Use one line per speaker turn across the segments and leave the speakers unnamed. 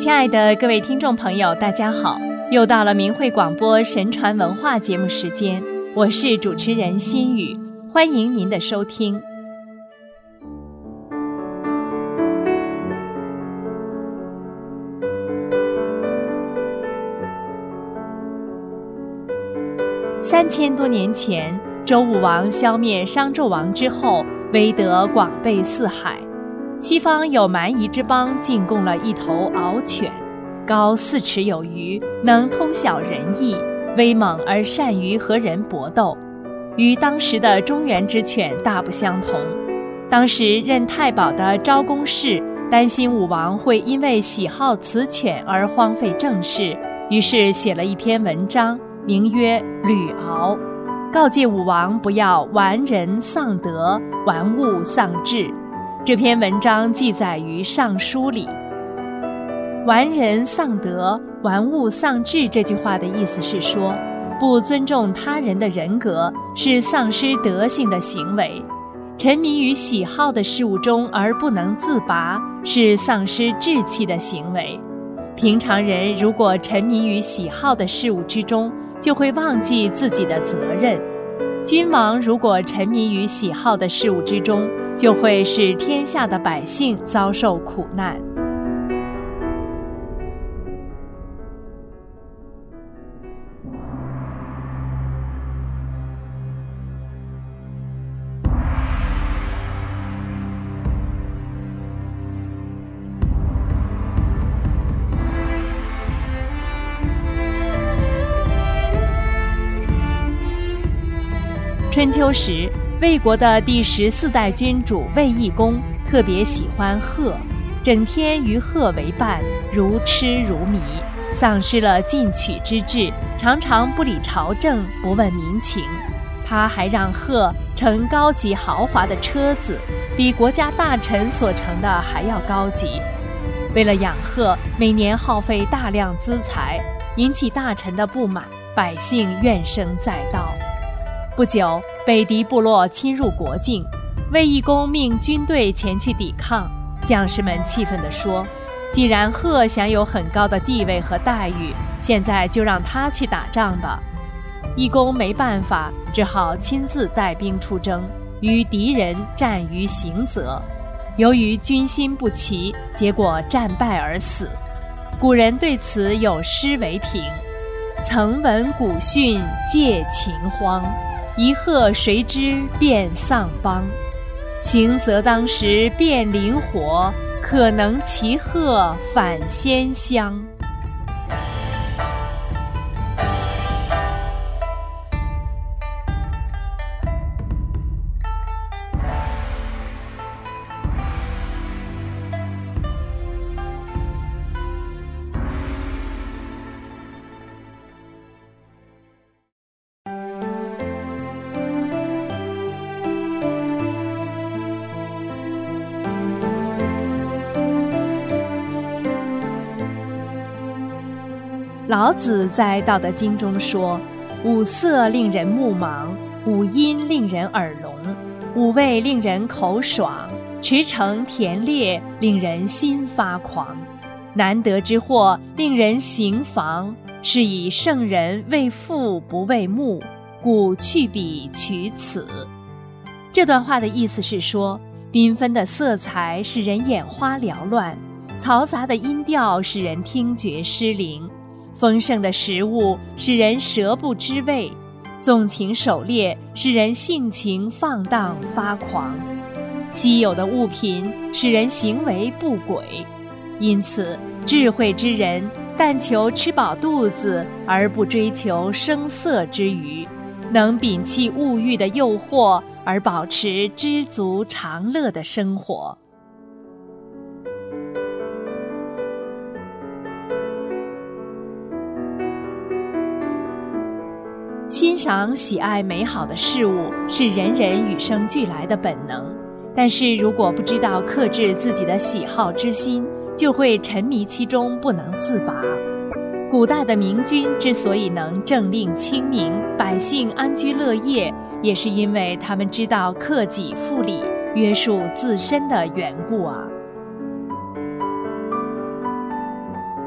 亲爱的各位听众朋友，大家好，又到了明慧广播神传文化节目时间，我是主持人心雨，欢迎您的收听。3000多年前，周武王消灭商纣王之后，威德广被四海。西方有蛮夷之邦进贡了一头獒犬，高4尺有余，能通晓仁义，威猛而善于和人搏斗，与当时的中原之犬大不相同。当时任太保的昭公氏担心武王会因为喜好此犬而荒废政事，于是写了一篇文章，名曰《吕敖》，告诫武王不要玩人丧德，玩物丧志。这篇文章记载于《尚书》里。玩人丧德，玩物丧志这句话的意思是说，不尊重他人的人格是丧失德性的行为，沉迷于喜好的事物中而不能自拔，是丧失志气的行为。平常人如果沉迷于喜好的事物之中，就会忘记自己的责任。君王如果沉迷于喜好的事物之中，就会使天下的百姓遭受苦难。春秋时，魏国的第14代君主卫懿公特别喜欢鹤，整天与鹤为伴，如痴如迷，丧失了进取之志，常常不理朝政，不问民情。他还让鹤乘高级豪华的车子，比国家大臣所乘的还要高级。为了养鹤，每年耗费大量资财，引起大臣的不满，百姓怨声载道。不久，北狄部落侵入国境，卫懿公命军队前去抵抗。将士们气愤地说，既然鹤享有很高的地位和待遇，现在就让他去打仗吧。懿公没办法，只好亲自带兵出征，与敌人战于行泽。由于军心不齐，结果战败而死。古人对此有诗为评：曾闻古训戒秦荒，一鹤谁知变丧邦。行则当时变灵活，可能其鹤返仙乡。老子在《道德经》中说，五色令人目盲，五音令人耳聋，五味令人口爽，驰骋田猎令人心发狂，难得之货令人行妨，是以圣人为腹不为目，故去彼取此。这段话的意思是说，缤纷的色彩使人眼花缭乱，嘈杂的音调使人听觉失灵，丰盛的食物使人舌不知味，纵情狩猎使人性情放荡发狂，稀有的物品使人行为不轨。因此，智慧之人但求吃饱肚子，而不追求声色之娱，能摒弃物欲的诱惑，而保持知足常乐的生活。欣赏喜爱美好的事物是人人与生俱来的本能，但是如果不知道克制自己的喜好之心，就会沉迷其中不能自拔。古代的明君之所以能政令清明，百姓安居乐业，也是因为他们知道克己复礼，约束自身的缘故啊。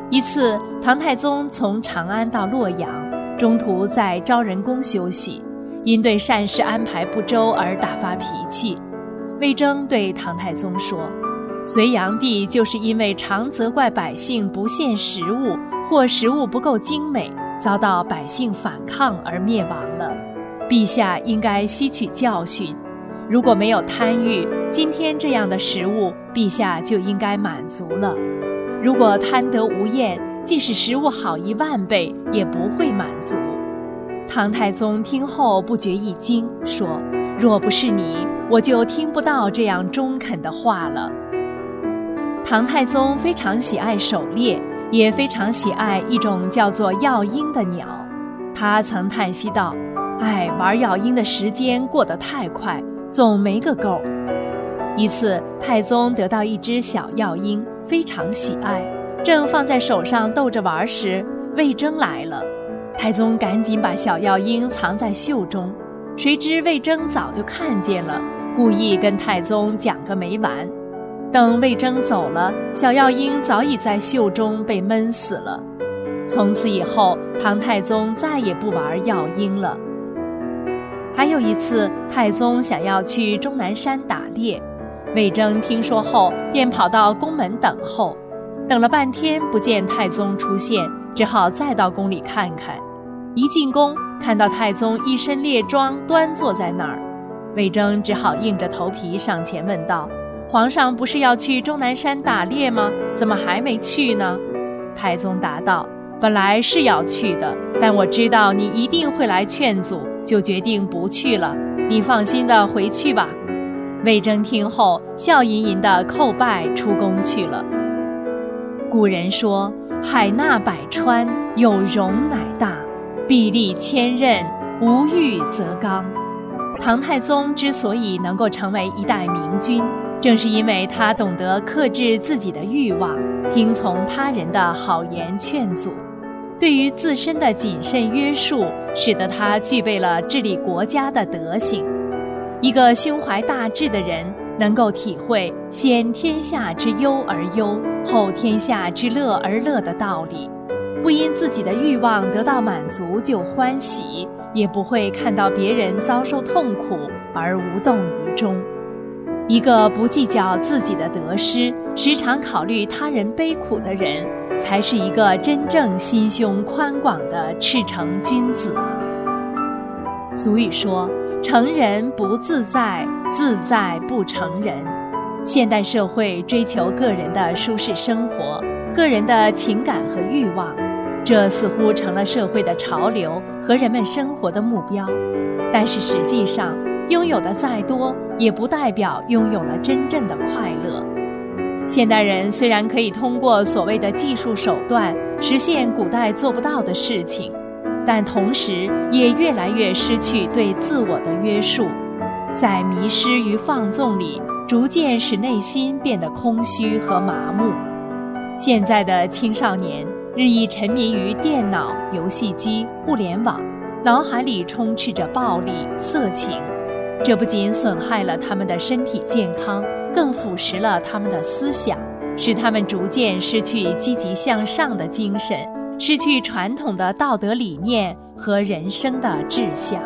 一次，唐太宗从长安到洛阳，中途在昭仁宫休息，因对膳食安排不周而大发脾气。魏征对唐太宗说，隋炀帝就是因为常责怪百姓不献食物，或食物不够精美，遭到百姓反抗而灭亡了。陛下应该吸取教训，如果没有贪欲，今天这样的食物，陛下就应该满足了。如果贪得无厌，即使食物好10000倍，也不会满足。唐太宗听后不觉一惊，说，若不是你，我就听不到这样中肯的话了。唐太宗非常喜爱狩猎，也非常喜爱一种叫做药鹰的鸟。他曾叹息道，玩药鹰的时间过得太快，总没个够。一次，太宗得到一只小药鹰，非常喜爱，正放在手上逗着玩时，魏征来了。太宗赶紧把小药鹰藏在袖中，谁知魏征早就看见了，故意跟太宗讲个没完。等魏征走了，小药鹰早已在袖中被闷死了。从此以后，唐太宗再也不玩药鹰了。还有一次，太宗想要去终南山打猎，魏征听说后便跑到宫门等候，等了半天不见太宗出现，只好再到宫里看看。一进宫，看到太宗一身列装端坐在那儿，魏征只好硬着头皮上前问道，皇上不是要去终南山打猎吗？怎么还没去呢？太宗答道，本来是要去的，但我知道你一定会来劝阻，就决定不去了。你放心的回去吧。魏征听后笑吟吟地叩拜出宫去了。古人说，海纳百川，有容乃大，壁立千仞，无欲则刚。唐太宗之所以能够成为一代明君，正是因为他懂得克制自己的欲望，听从他人的好言劝阻，对于自身的谨慎约束，使得他具备了治理国家的德行。一个胸怀大志的人，能够体会先天下之忧而忧，后天下之乐而乐的道理，不因自己的欲望得到满足就欢喜，也不会看到别人遭受痛苦而无动于衷。一个不计较自己的得失，时常考虑他人悲苦的人，才是一个真正心胸宽广的赤诚君子啊。俗语说，成人不自在，自在不成人。现代社会追求个人的舒适生活，个人的情感和欲望，这似乎成了社会的潮流和人们生活的目标。但是实际上，拥有的再多，也不代表拥有了真正的快乐。现代人虽然可以通过所谓的技术手段实现古代做不到的事情，但同时也越来越失去对自我的约束，在迷失与放纵里，逐渐使内心变得空虚和麻木。现在的青少年日益沉迷于电脑、游戏机、互联网，脑海里充斥着暴力、色情，这不仅损害了他们的身体健康，更腐蚀了他们的思想，使他们逐渐失去积极向上的精神，失去传统的道德理念和人生的志向。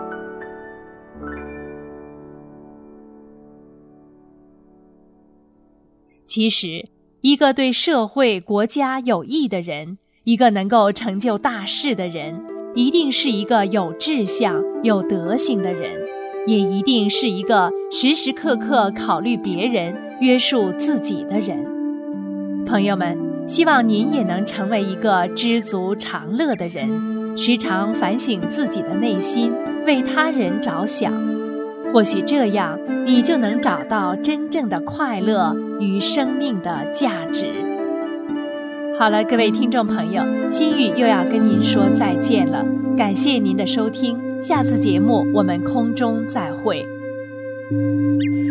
其实，一个对社会国家有益的人，一个能够成就大事的人，一定是一个有志向、有德行的人，也一定是一个时时刻刻考虑别人、约束自己的人。朋友们，希望您也能成为一个知足常乐的人，时常反省自己的内心，为他人着想。或许这样，你就能找到真正的快乐与生命的价值。好了，各位听众朋友，心语又要跟您说再见了，感谢您的收听，下次节目我们空中再会。